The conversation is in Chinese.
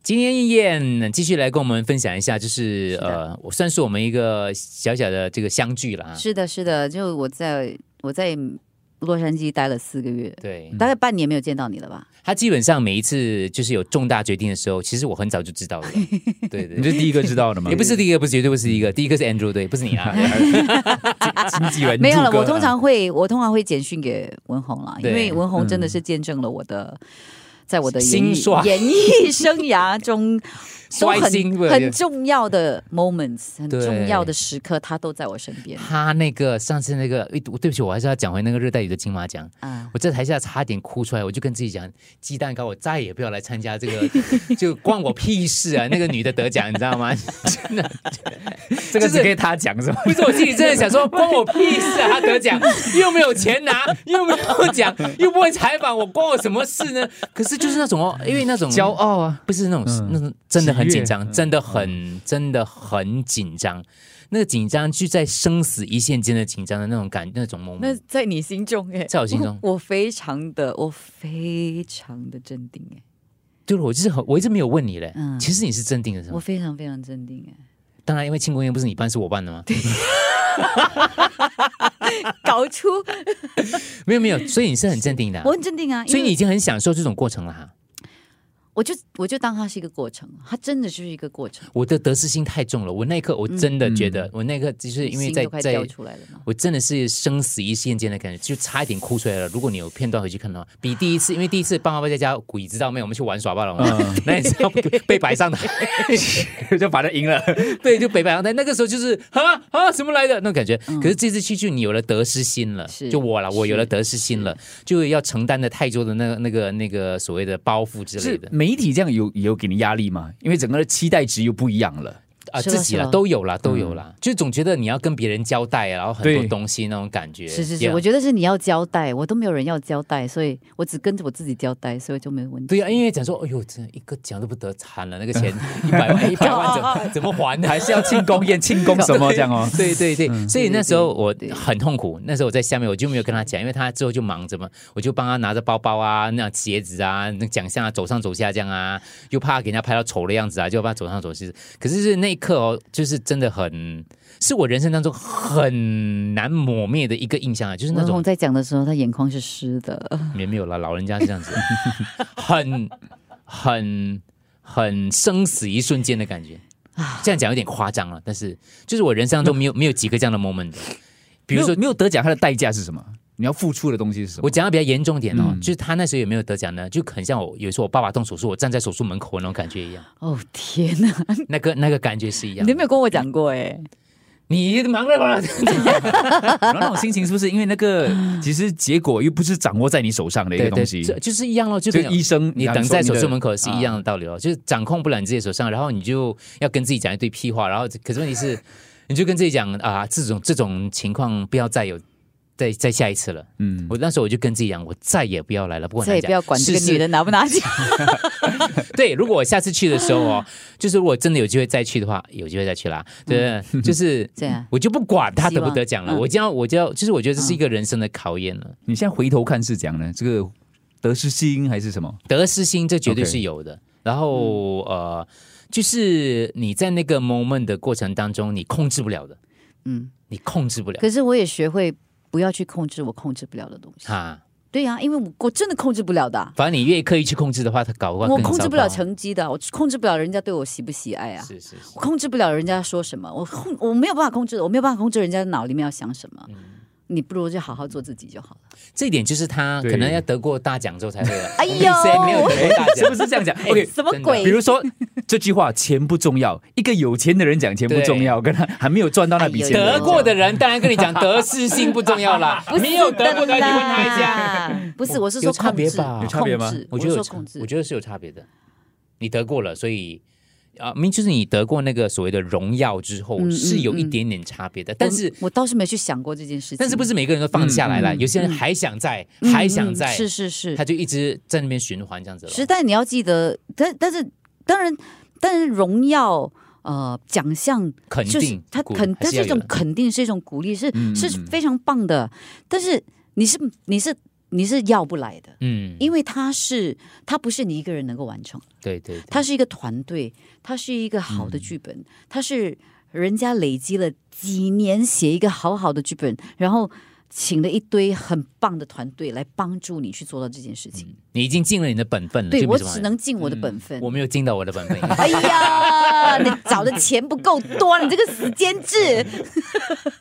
今天燕燕继续来跟我们分享一下，就是我算是我们一个小小的这个相聚了啊。 是的，是的，就我在洛杉矶待了4个月， 对， 大概半年没有见到你了吧？ 他基本上每一次就是有重大决定的时候，其实我很早就知道了。对对， 你是第一个知道的吗？ 也不是第一个，不是绝对不是第一个，第一个是 Andrew， 对，不是你啊。 经纪人没有了，我通常会简讯给文宏啦，因为文宏真的是见证了我的。在我的演艺生涯中，都很重要的 moments， 很重要的时刻，他都在我身边。 他那个上次那个，对不起，我还是要讲回那个热带雨的金马奖啊！我在台下差点哭出来，我就跟自己讲，鸡蛋糕，我再也不要来参加这个，就关我屁事啊！那个女的得奖，你知道吗？真的， 这个只给他讲是吗？ 不是，我心里真的想说，关我屁事啊！他得奖又没有钱拿，又没有奖，又不会采访我，关我什么事呢？可是就是那种因为那种骄傲啊， 不是那种真的很紧张，真的很紧张。那个紧张就在生死一线间的紧张的那种那种 moment。 那在你心中在我心中， 我非常的镇定对，我一直没有问你嘞。其实你是镇定的是吗？ 我非常非常镇定当然，因为庆功宴不是你办，是我办的吗？ 搞出没有，所以你是很镇定的。 我很镇定啊， 所以你已经很享受这种过程了哈。 我就当它是一个过程，它真的就是一个过程。 我的得失心太重了，我那一刻我真的觉得，我那一刻就是因为在我真的是生死一线间的感觉，就差一点哭出来了。如果你有片段回去看的话，比第一次，因为第一次爸妈在家，鬼知道没有，我们去玩耍罢了嘛，那也是要被摆上台， 就把他赢了。 对，就被摆上台。那个时候就是什么来的那种感觉。可是这次去你有了得失心了，就我有了得失心了，就要承担的太多的那个所谓的包袱之类的。 媒体这样有给你压力吗？因为整个的期待值又不一样了。 自己啦都有啦，就总觉得你要跟别人交代，然后很多东西那种感觉。 是，我觉得是你要交代，我都没有人要交代，所以我只跟着我自己交代，所以就没有问题。 对啊，因为讲说，哎呦，这一个奖都不得，惨了，那个钱100万怎么还？ 还是要庆功宴庆功什么这样哦？ 对，所以那时候我很痛苦，那时候我在下面我就没有跟他讲，因为他之后就忙着嘛，我就帮他拿着包包啊、那鞋子啊、那奖项啊走上走下这样啊，又怕给人家拍到丑的样子啊，就怕走上走下。可是那一刻就是真的是我人生当中很难抹灭的一个印象啊，就是那种在讲的时候，他眼眶是湿的。 也没有啦，老人家是这样子，很生死一瞬间的感觉。这样讲有点夸张了，但是就是我人生当中没有几个这样的 moment 的。比如说没有得奖，它的代价是什么？你要付出的东西是什么？ 我讲的比较严重点就是他那时候有没有得奖呢？就很像有时候我爸爸动手术，我站在手术门口的那种感觉一样。 哦天哪， 那个感觉是一样。 你都没有跟我讲过你忙了吧？ 然后那种心情是不是因为那个其实结果又不是掌握在你手上的一个东西？ 对，就是一样咯，就医生你等在手术门口是一样的道理咯，就是掌控不了你自己手上，然后你就要跟自己讲一堆屁话，然后可是问题是，你就跟自己讲这种情况不要再有。再下一次了，我那时候我就跟自己讲，我再也不要来了，不管再也不要管这个女人拿不拿奖。 对，如果我下次去的时候就是如果真的有机会再去的话，有机会再去啦。对，就是这样，我就不管他得不得奖了，我就是我觉得这是一个人生的考验了。 你现在回头看是讲呢，这个得失心还是什么？ 得失心这绝对是有的。然后就是你在那个 moment 的过程当中，你控制不了的，你控制不了。 可是我也学会。不要去控制我控制不了的东西对呀，因为我真的控制不了的。 反正你越刻意去控制的话，他搞不好更糟糕。 我控制不了成绩的，我控制不了人家对我喜不喜爱啊。 是， 我控制不了人家说什么，我没有办法控制，我没有办法控制人家脑里面要想什么。你不如就好好做自己就好了。 这一点就是他可能要得过大奖之后才会了。 哎呦， 没有得过大奖， 是不是这样讲？OK， 什么鬼？ 比如说这句话，钱不重要。一个有钱的人讲钱不重要，跟他还没有赚到那笔钱。 得过的人当然跟你讲得失心不重要啦。没有得过的，你问他一下。 不是，我是说差别吧？ 有差别吗？ 我觉得是有差别的。你得过了，所以。就是你得过那个所谓的荣耀之后，是有一点点差别的。但是我倒是没去想过这件事情。 但是不是每个人都放下来了？有些人还想在， 是， 他就一直在那边循环这样子。 是，但你要记得，但是当然荣耀奖项肯定， 它是一种肯定，是一种鼓励，是非常棒的。但是你是你是要不来的，因为它不是你一个人能够完成， 对， 它是一个团队，它是一个好的剧本，它是人家累积了几年写一个好好的剧本，然后请了一堆很棒的团队来帮助你去做到这件事情。 你已经尽了你的本分了。 对，我只能尽我的本分。 我没有尽到我的本分。 哎呀，你找的钱不够多，你这个死监制。